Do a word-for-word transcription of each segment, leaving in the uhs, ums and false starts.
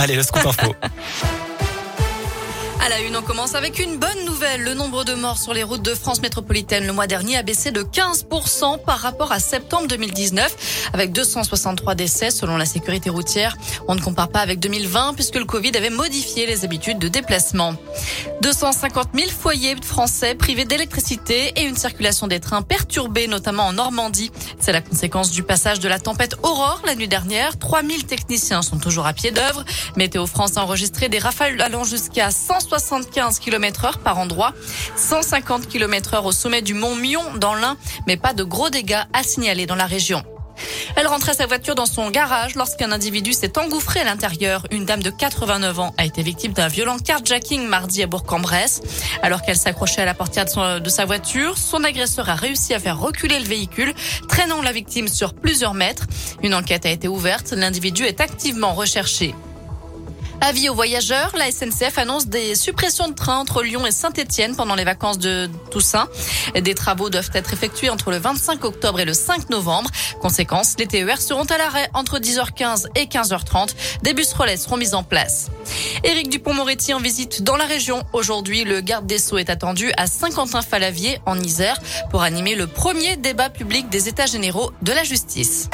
Allez, le scoop info. À la une, on commence avec une bonne nouvelle. Le nombre de morts sur les routes de France métropolitaine le mois dernier a baissé de quinze pour cent par rapport à septembre deux mille dix-neuf, avec deux cent soixante-trois décès selon la sécurité routière. On ne compare pas avec deux mille vingt puisque le Covid avait modifié les habitudes de déplacement. deux cent cinquante mille foyers français privés d'électricité et une circulation des trains perturbée, notamment en Normandie. C'est la conséquence du passage de la tempête Aurore la nuit dernière. trois mille techniciens sont toujours à pied d'œuvre. Météo France a enregistré des rafales allant jusqu'à cent soixante-quinze kilomètres heure par endroit, cent cinquante kilomètres heure au sommet du mont Mion dans l'Ain, mais pas de gros dégâts à signaler dans la région. Elle rentrait sa voiture dans son garage lorsqu'un individu s'est engouffré à l'intérieur. Une dame de quatre-vingt-neuf ans a été victime d'un violent carjacking mardi à Bourg-en-Bresse. Alors qu'elle s'accrochait à la portière de, son, de sa voiture, son agresseur a réussi à faire reculer le véhicule, traînant la victime sur plusieurs mètres. Une enquête a été ouverte. L'individu est activement recherché. Avis aux voyageurs, la S N C F annonce des suppressions de trains entre Lyon et Saint-Étienne pendant les vacances de Toussaint. Des travaux doivent être effectués entre le vingt-cinq octobre et le cinq novembre. Conséquence, les T E R seront à l'arrêt entre dix heures quinze et quinze heures trente. Des bus relais seront mis en place. Éric Dupond-Moretti en visite dans la région. Aujourd'hui, le garde des Sceaux est attendu à Saint-Quentin-Fallavier en Isère pour animer le premier débat public des États généraux de la justice.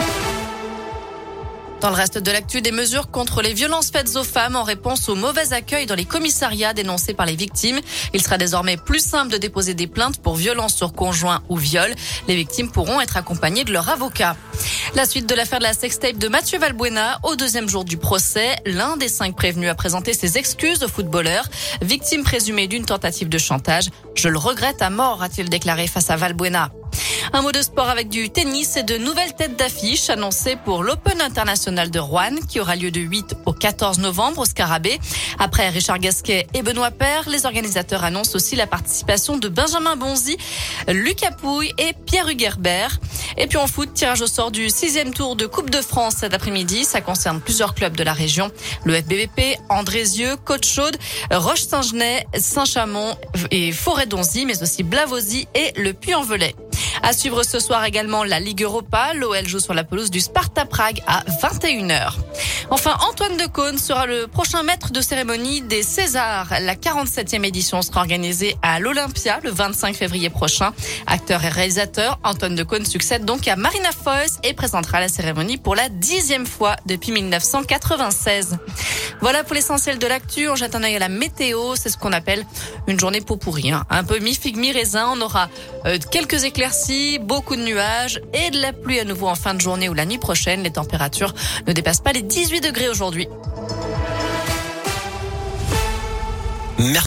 Dans le reste de l'actu, des mesures contre les violences faites aux femmes en réponse au mauvais accueil dans les commissariats dénoncés par les victimes. Il sera désormais plus simple de déposer des plaintes pour violences sur conjoint ou viol. Les victimes pourront être accompagnées de leur avocat. La suite de l'affaire de la sextape de Mathieu Valbuena. Au deuxième jour du procès, l'un des cinq prévenus a présenté ses excuses au footballeur, victime présumée d'une tentative de chantage. Je le regrette à mort, a-t-il déclaré face à Valbuena. Un mot de sport avec du tennis et de nouvelles têtes d'affiche annoncées pour l'Open International de Rouen qui aura lieu du huit au quatorze novembre au Scarabée. Après Richard Gasquet et Benoît Paire, les organisateurs annoncent aussi la participation de Benjamin Bonzi, Lucas Pouille et Pierre Hugerbert. Et puis en foot, tirage au sort du sixième tour de Coupe de France cet après-midi. Ça concerne plusieurs clubs de la région. Le F B V P, Andrézieux, Côte-Chaude, Roche-Saint-Genès, Saint-Chamond et Forêt-Donzy, mais aussi Blavozy et le Puy-en-Velay. À suivre ce soir également la Ligue Europa. L'O L joue sur la pelouse du Sparta Prague à vingt et une heures. Enfin, Antoine Decaune sera le prochain maître de cérémonie des Césars. La quarante-septième édition sera organisée à l'Olympia le vingt-cinq février prochain. Acteur et réalisateur, Antoine Decaune succède donc à Marina Foïs et présentera la cérémonie pour la dixième fois depuis mille neuf cent quatre-vingt-seize. Voilà pour l'essentiel de l'actu. On jette un œil à la météo. C'est ce qu'on appelle une journée pot pourri. Hein. Un peu mi-figue, mi-raisin. On aura euh, quelques éclaircies, beaucoup de nuages et de la pluie à nouveau en fin de journée ou la nuit prochaine. Les températures ne dépassent pas les dix-huit degrés aujourd'hui.